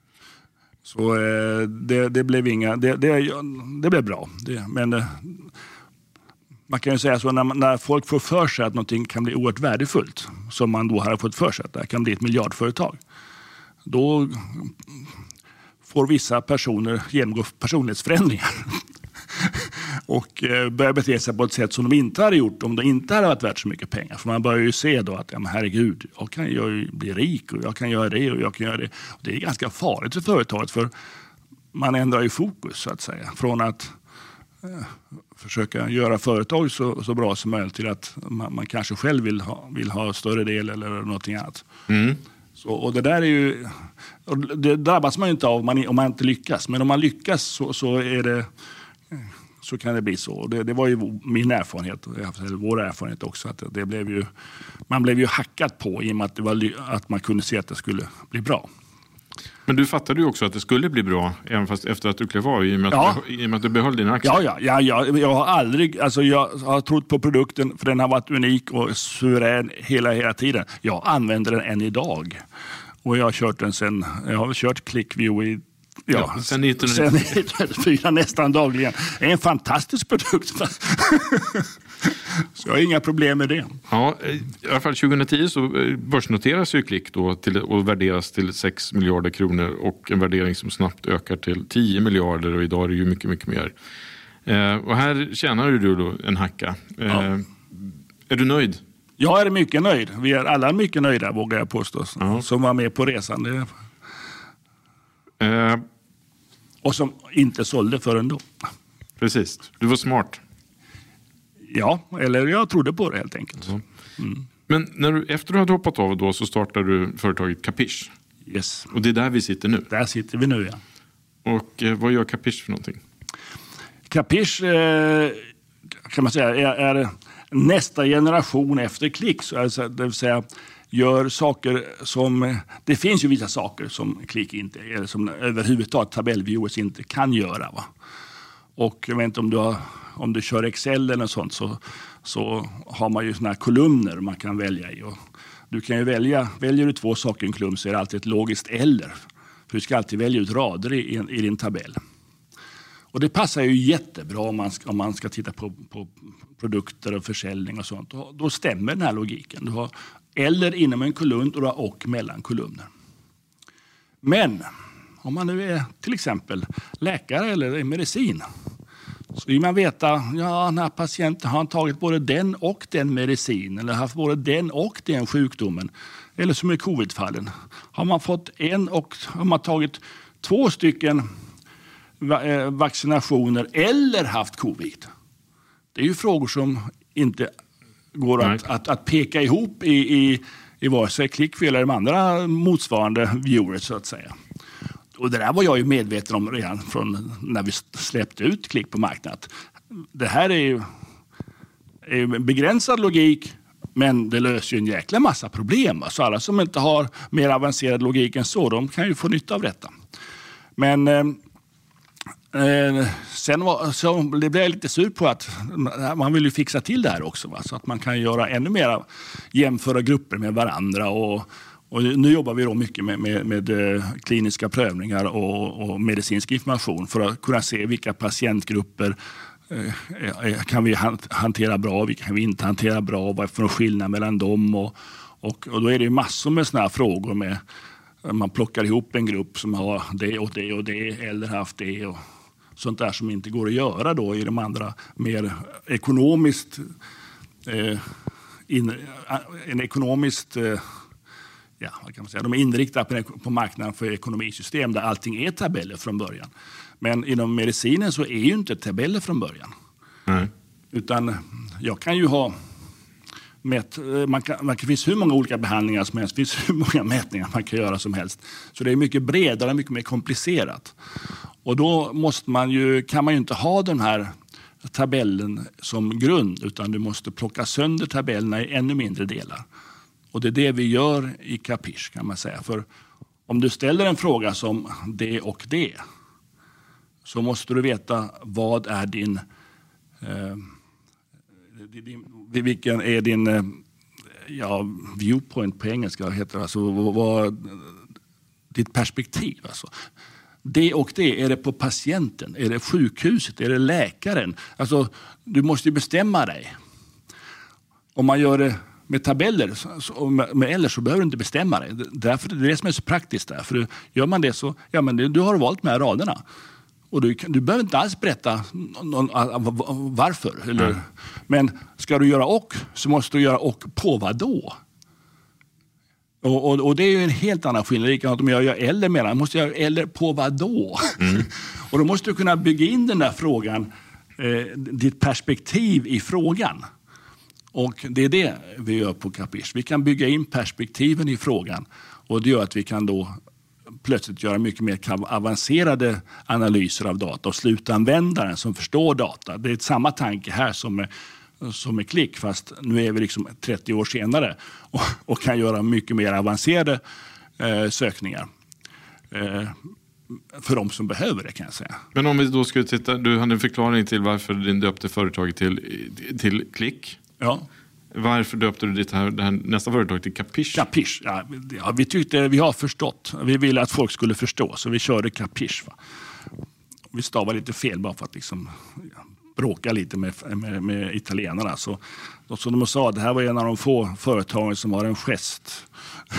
så det, det blev inga, det, det, det blev bra. Det, men det, man kan ju säga så, när, när folk får för sig att någonting kan bli oerhört värdefullt, som man då har fått för sig att det kan bli ett miljardföretag, då får vissa personer genomgå personlighetsförändringar. Och eh, börjar bete sig på ett sätt som de inte hade gjort om det inte hade varit värt så mycket pengar. För man börjar ju se då att, ja, men herregud, jag kan ju bli rik och jag kan göra det och jag kan göra det. Och det är ganska farligt för företaget, för man ändrar ju fokus så att säga. Från att eh, försöka göra företag så, så bra som möjligt till att man, man kanske själv vill ha, vill ha större del eller någonting annat. Mm. Så, och det där är ju, det drabbas man ju inte av om man, om man inte lyckas. Men om man lyckas så, så är det... så kan det bli så. Det, det var ju min erfarenhet, eller vår erfarenhet också, att det blev ju, man blev ju hackat på i och med att, det var, att man kunde se att det skulle bli bra. Men du fattade ju också att det skulle bli bra, även fast efter att du klev av, i och med att, ja. du, i och med att du behöll dina aktier. Ja, ja, ja, ja, jag har aldrig, alltså jag har trott på produkten för den har varit unik och suverän hela, hela tiden. Jag använder den än idag. Och jag har kört den sen, jag har kört ClickView i Ja, ja, sen nittonhundranittiofyra nästan dagligen. Det är en fantastisk produkt. Så jag har inga problem med det. Ja, i alla fall tjugohundratio så börsnoteras ju Click då till, och värderas till sex miljarder kronor och en värdering som snabbt ökar till tio miljarder och idag är det ju mycket, mycket mer. Eh, och här tjänar du då en hacka. Eh, ja. Är du nöjd? Jag är mycket nöjd. Vi är alla mycket nöjda, vågar jag påstå, ja. Som var med på resan. Det Eh, och som inte sålde förrän då. Precis, du var smart. Ja, eller jag trodde på det helt enkelt. Mm. Mm. Men när du, efter du hade hoppat av då så startade du företaget Capiche. Yes. Och det är där vi sitter nu. Där sitter vi nu, ja. Och eh, vad gör Capiche för någonting? Capiche eh, kan man säga är, är nästa generation efter Click. Så alltså, det vill säga gör saker som... Det finns ju vissa saker som Click inte, eller som överhuvudtaget tabellviewers inte kan göra. Va? Och jag vet inte om du, har, om du kör Excel eller något sånt så, så har man ju såna här kolumner man kan välja i. Och du kan ju välja, väljer du två saker i en kolumn så är det alltid ett logiskt eller. För du ska alltid välja ut rader i, i din tabell. Och det passar ju jättebra om man ska, om man ska titta på, på produkter och försäljning och sånt. Då, då stämmer den här logiken. Du har eller inom en kolumn och, och mellan kolumner. Men om man nu är till exempel läkare eller medicin så vill man veta, ja, den här patienten har tagit både den och den medicin eller haft både den och den sjukdomen. Eller som i covidfallen. Har man fått en och har man tagit två stycken vaccinationer eller haft covid. Det är ju frågor som inte går att, att, att peka ihop i, i, i vare sig ClickView eller de andra motsvarande viewers så att säga. Och det där var jag ju medveten om redan från när vi släppte ut Click på marknaden. Det här är ju är en begränsad logik, men det löser ju en jäkla massa problem. Så alla som inte har mer avancerad logik än så, de kan ju få nytta av detta. Men eh, eh, sen var, så det blev jag lite sur på att man vill ju fixa till det här också. Va? Så att man kan göra ännu mer jämföra grupper med varandra. Och, och nu jobbar vi då mycket med, med, med kliniska prövningar och, och medicinsk information för att kunna se vilka patientgrupper eh, kan vi hantera bra, vilka kan vi inte hantera bra, vad är för skillnad mellan dem. Och, och, och då är det massor med såna här frågor med man plockar ihop en grupp som har det och det och det eller haft det och sånt där som inte går att göra då i de andra mer ekonomiskt eh, in, en ekonomiskt eh, ja, vad kan man säga, de är inriktade på, på marknaden för ekonomisystem där allting är tabeller från början. Men inom medicinen så är ju inte tabeller från början. Mm. Utan jag kan ju ha Mät, man kan, man kan, det finns hur många olika behandlingar som helst, det finns hur många mätningar man kan göra som helst. Så det är mycket bredare, mycket mer komplicerat. Och då måste man ju, kan man ju inte ha den här tabellen som grund, utan du måste plocka sönder tabellerna i ännu mindre delar. Och det är det vi gör i Capiche kan man säga. För om du ställer en fråga som det och det, så måste du veta vad är din... Eh, vilken är din ja, viewpoint på engelska heter det, alltså vad, ditt perspektiv alltså. Det och det, är det på patienten, är det sjukhuset, är det läkaren? Alltså du måste ju bestämma dig. Om man gör det med tabeller och med eller så behöver du inte bestämma dig. Därför det är det som är så praktiskt där. För gör man det så, ja men du har valt med raderna. Och du, du behöver inte alls berätta någon, varför. Eller, mm. Men ska du göra och så måste du göra och på vad då? Och, och, och det är ju en helt annan skillnad. Likadant om jag gör eller med den, måste jag göra eller på vad då? Mm. Och då måste du kunna bygga in den där frågan, eh, ditt perspektiv i frågan. Och det är det vi gör på Capiche. Vi kan bygga in perspektiven i frågan och det gör att vi kan då plötsligt göra mycket mer avancerade analyser av data och slutanvändaren som förstår data. Det är samma tanke här som med, som med Qlik, fast nu är vi liksom trettio år senare och, och kan göra mycket mer avancerade eh, sökningar. Eh, för de som behöver det, kan jag säga. Men om vi då skulle titta, du hade en förklaring till varför du döpte företaget till, till Qlik. Ja. Varför döpte du ditt här, det här nästa företag till Capiche? Capiche, ja, ja, vi tyckte vi har förstått. Vi ville att folk skulle förstå, så vi körde Capiche. Va? Vi stavade lite fel bara för att liksom ja, bråka lite med, med, med italienarna. Så, så de sa att det här var en av de få företagen som har en gest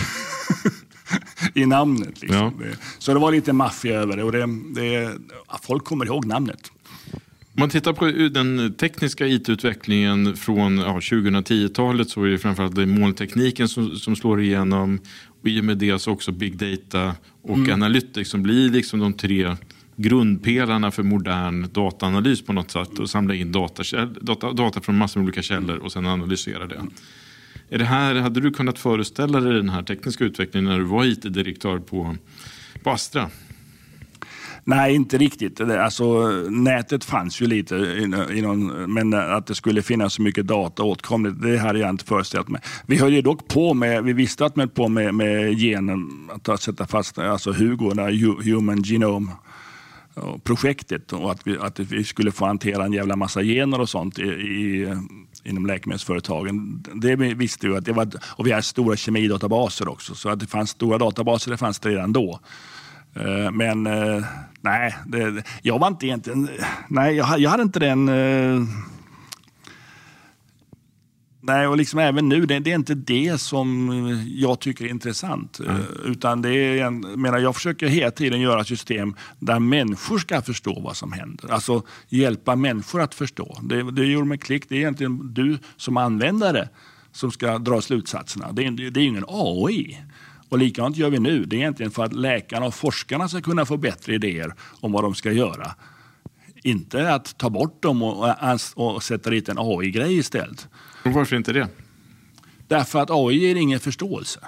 i namnet. Liksom. Ja. Så det var lite maffia över det och det, det, folk kommer ihåg namnet. Om man tittar på den tekniska I T-utvecklingen från ja, tjugohundratio-talet så är det framförallt det molntekniken som, som slår igenom och i och med det så också big data och mm. analytics som blir liksom de tre grundpelarna för modern dataanalys på något sätt och samla in data, data, data från massor av olika källor och sen analysera det. Är det här, hade du kunnat föreställa dig den här tekniska utvecklingen när du var I T-direktör på, på Astra? Nej, inte riktigt. Alltså, nätet fanns ju lite, i, i någon, men att det skulle finnas så mycket data åtkomligt, det hade jag inte föreställt mig. Vi höll ju dock på med, vi visste att man på med, med genen, att sätta fast, alltså Hugo, Human Genome projektet och att vi, att vi skulle få hantera en jävla massa gener och sånt i, i, inom läkemedelsföretagen. Det visste vi att det var, och vi har stora kemidatabaser också, så att det fanns stora databaser, det fanns det redan då. Men nej, det, jag var inte egentligen, nej jag, jag hade inte den, nej och liksom även nu, det, det är inte det som jag tycker är intressant. Mm. Utan det är, en, menar, jag försöker hela tiden göra system där människor ska förstå vad som händer. Alltså hjälpa människor att förstå. Det, det gör med Qlik, det är egentligen du som användare som ska dra slutsatserna. Det är, det är ingen A I. Och likadant gör vi nu. Det är egentligen för att läkarna och forskarna ska kunna få bättre idéer om vad de ska göra. Inte att ta bort dem och, och sätta dit en A I-grej istället. Och varför inte det? Därför att A I ger ingen förståelse.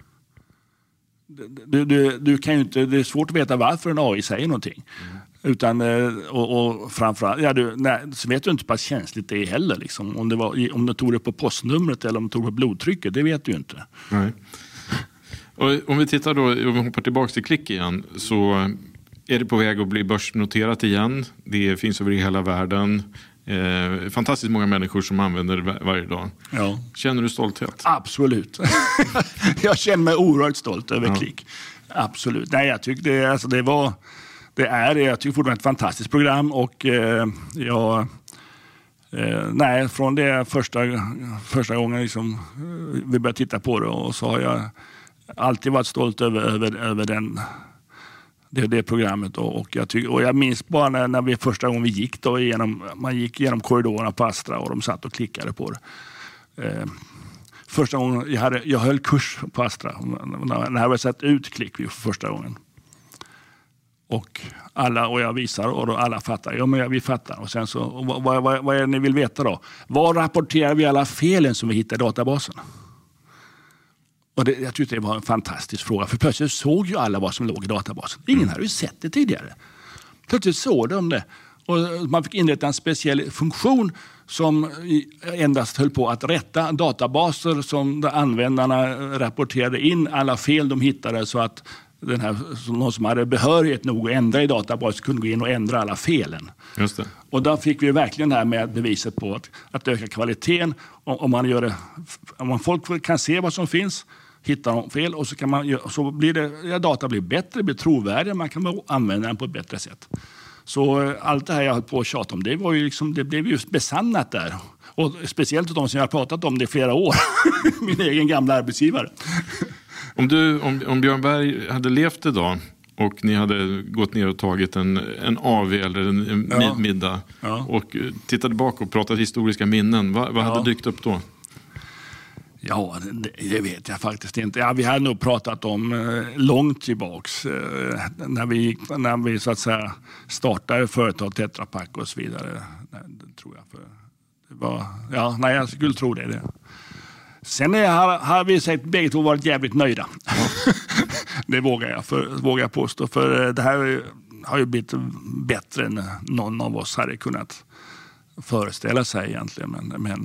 Du, du, du kan ju inte, det är svårt att veta varför en A I säger någonting. Mm. Utan, och, och framförallt, ja, du, nej, så vet du inte hur känsligt det är heller. Liksom. Om, det var, om du tog det på postnumret eller om du tog det på blodtrycket, det vet du inte. Nej. Och om vi tittar då, om vi hoppar tillbaka till Qlik igen, så är det på väg att bli börsnoterat igen. Det finns över hela världen. Eh, fantastiskt många människor som använder det var- varje dag. Ja. Känner du stolthet? Absolut. Jag känner mig oerhört stolt över ja. Qlik. Absolut. Nej, jag tycker det, alltså det var, det är, jag tycker fortfarande ett fantastiskt program och eh, jag... Eh, nej, från det första, första gången liksom, vi började titta på det och så har jag alltid varit stolt över, över, över den, det, det programmet. Och, och, jag tyck, och jag minns bara när, när vi första gången vi gick då igenom, man gick genom korridorerna på Astra och de satt och klickade på det. Eh, första gången jag, hade, jag höll kurs på Astra när, när jag hade sett ut Qlik för första gången. Och alla, och jag visar och alla fattar. Ja, men vi fattar. Och sen så, och vad, vad, vad är det ni vill veta då? Vad rapporterar vi alla felen som vi hittar i databasen? Och det, jag tyckte det var en fantastisk fråga. För plötsligt såg ju alla vad som låg i databasen. Ingen hade ju sett det tidigare. Plötsligt såg de det. Och man fick inrätta en speciell funktion som endast höll på att rätta databaser som användarna rapporterade in alla fel de hittade så att den här, någon som hade behörighet nog att ändra i databasen kunde gå in och ändra alla felen. Just det. Och då fick vi verkligen det här med beviset på att, att öka kvaliteten. Om, om, man gör det, om man folk kan se vad som finns, hitta de fel och så, kan man, så blir det, ja, data blir bättre, blir trovärdigare, man kan använda den på ett bättre sätt. Så allt det här jag höll på att tjata om, det, var ju liksom, det blev just besannat där. Och speciellt de som jag har pratat om det i flera år. Min egen gamla arbetsgivare. Om, du, om, om Björn Berg hade levt idag och ni hade gått ner och tagit en, en A V eller en, en ja. middag ja. och tittade bak och pratat historiska minnen, vad, vad ja. hade dykt upp då? Ja, det, det vet jag faktiskt inte. Ja, vi hade nog pratat om eh, långt tillbaks eh, när, vi, när vi så att säga startade företag Tetra Pak och så vidare. Nej, det tror jag. För det var, ja, nej, jag skulle tro det. det. Sen är, har, har vi sett bägge två varit jävligt nöjda. Ja. Det vågar jag, för, vågar jag påstå. För det här har ju blivit bättre än någon av oss hade kunnat föreställa sig egentligen. Men... men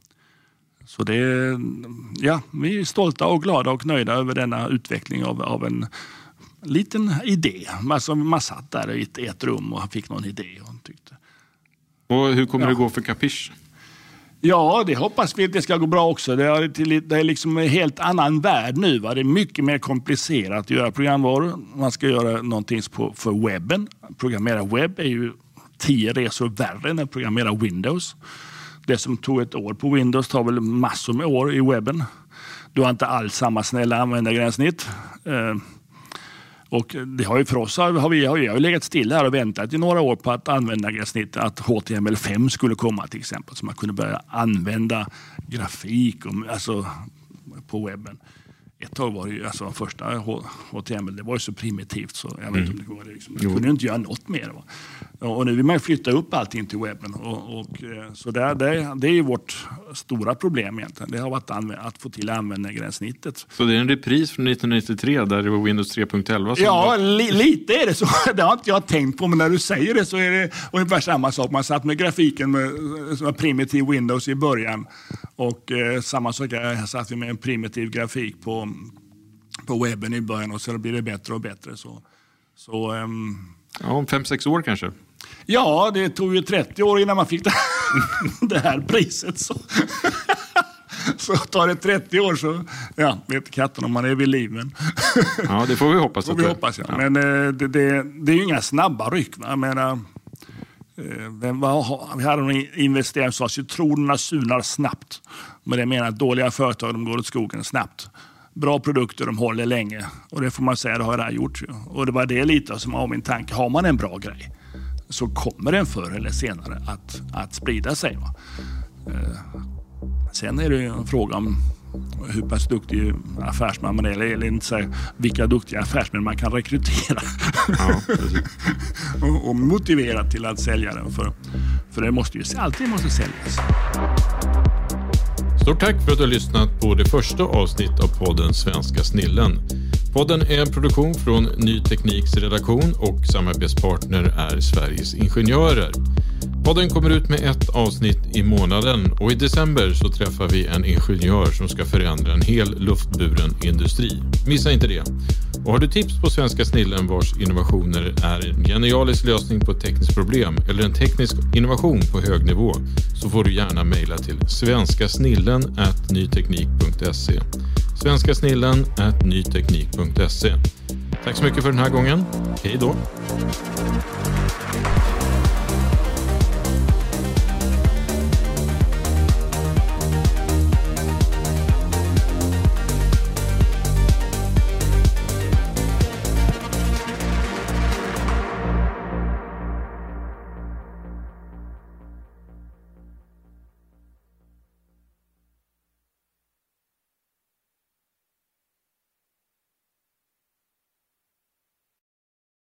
Så det, ja, vi är stolta och glada och nöjda över denna utveckling av, av en liten idé. Alltså man satt där i ett, ett rum och fick någon idé och tyckte. Och hur kommer ja. det gå för Capiche? Ja, det hoppas vi att det ska gå bra också. Det är, till, det är liksom en helt annan värld nu. Va? Det är mycket mer komplicerat att göra programvaror. Man ska göra någonting på, för webben. Programmera webb är ju tio resor värre än att programmera Windows. Det som tog ett år på Windows tar väl massor med år i webben. Du har inte alls samma snälla användargränssnitt. Eh, och det har ju för oss har vi har ju legat stilla här och väntat i några år på att användargränssnitt, att H T M L fem skulle komma till exempel, så man kunde börja använda grafik och, alltså, på webben. Ett tag var det ju, alltså första H T M L, det var ju så primitivt så jag vet inte mm. om det var det liksom. Man kunde inte göra något mer. Va? Och nu vill man flytta upp allting till webben. Och, och, så det, det, det är ju vårt stora problem egentligen. Det har varit att få till användargränssnittet. Så det är en repris från nittonhundranittiotre där det var Windows tre punkt elva? Ja, li, lite är det så. Det har inte jag tänkt på, men när du säger det så är det ungefär samma sak. Man satt med grafiken med, med primitiv Windows i början. Och eh, samma sak är, satt vi med en primitiv grafik på, på webben i början, och så blir det bättre och bättre. Så, så, um... ja, om fem, sex år kanske? Ja, det tog ju trettio år innan man fick det, det här priset. Så. Så tar det trettio år så ja, vet katten om man är vid liv. Men ja, det får vi hoppas. Får vi hoppas ja. Ja. Men eh, det, det, det är ju inga snabba ryck. Va? Jag menar, eh, vem, vad, vi hade en investerare som sa att citronerna sunar snabbt. Men det menar att dåliga företag de går åt skogen snabbt. Bra produkter, de håller länge. Och det får man säga, det har jag gjort. Ju. Och det var det lite som var min tanke. Har man en bra grej så kommer den förr eller senare att, att sprida sig. Va? Eh, sen är det ju en fråga om hur pass duktig affärsman man är. Eller, eller inte säga vilka duktiga affärsmän man kan rekrytera. Ja, och, och motivera till att sälja den. För, för det måste ju alltid måste säljas. Stort tack för att du har lyssnat på det första avsnitt av podden Svenska Snillen. Podden är en produktion från Ny Tekniks redaktion och samarbetspartner är Sveriges Ingenjörer. Podden kommer ut med ett avsnitt i månaden och i december så träffar vi en ingenjör som ska förändra en hel luftburen industri. Missa inte det. Och har du tips på Svenska Snillen vars innovationer är en genialisk lösning på ett tekniskt problem eller en teknisk innovation på hög nivå, så får du gärna mejla till svenskasnillen at nyteknik punkt se. svenskasnillen at nyteknik punkt se. Tack så mycket för den här gången. Hej då!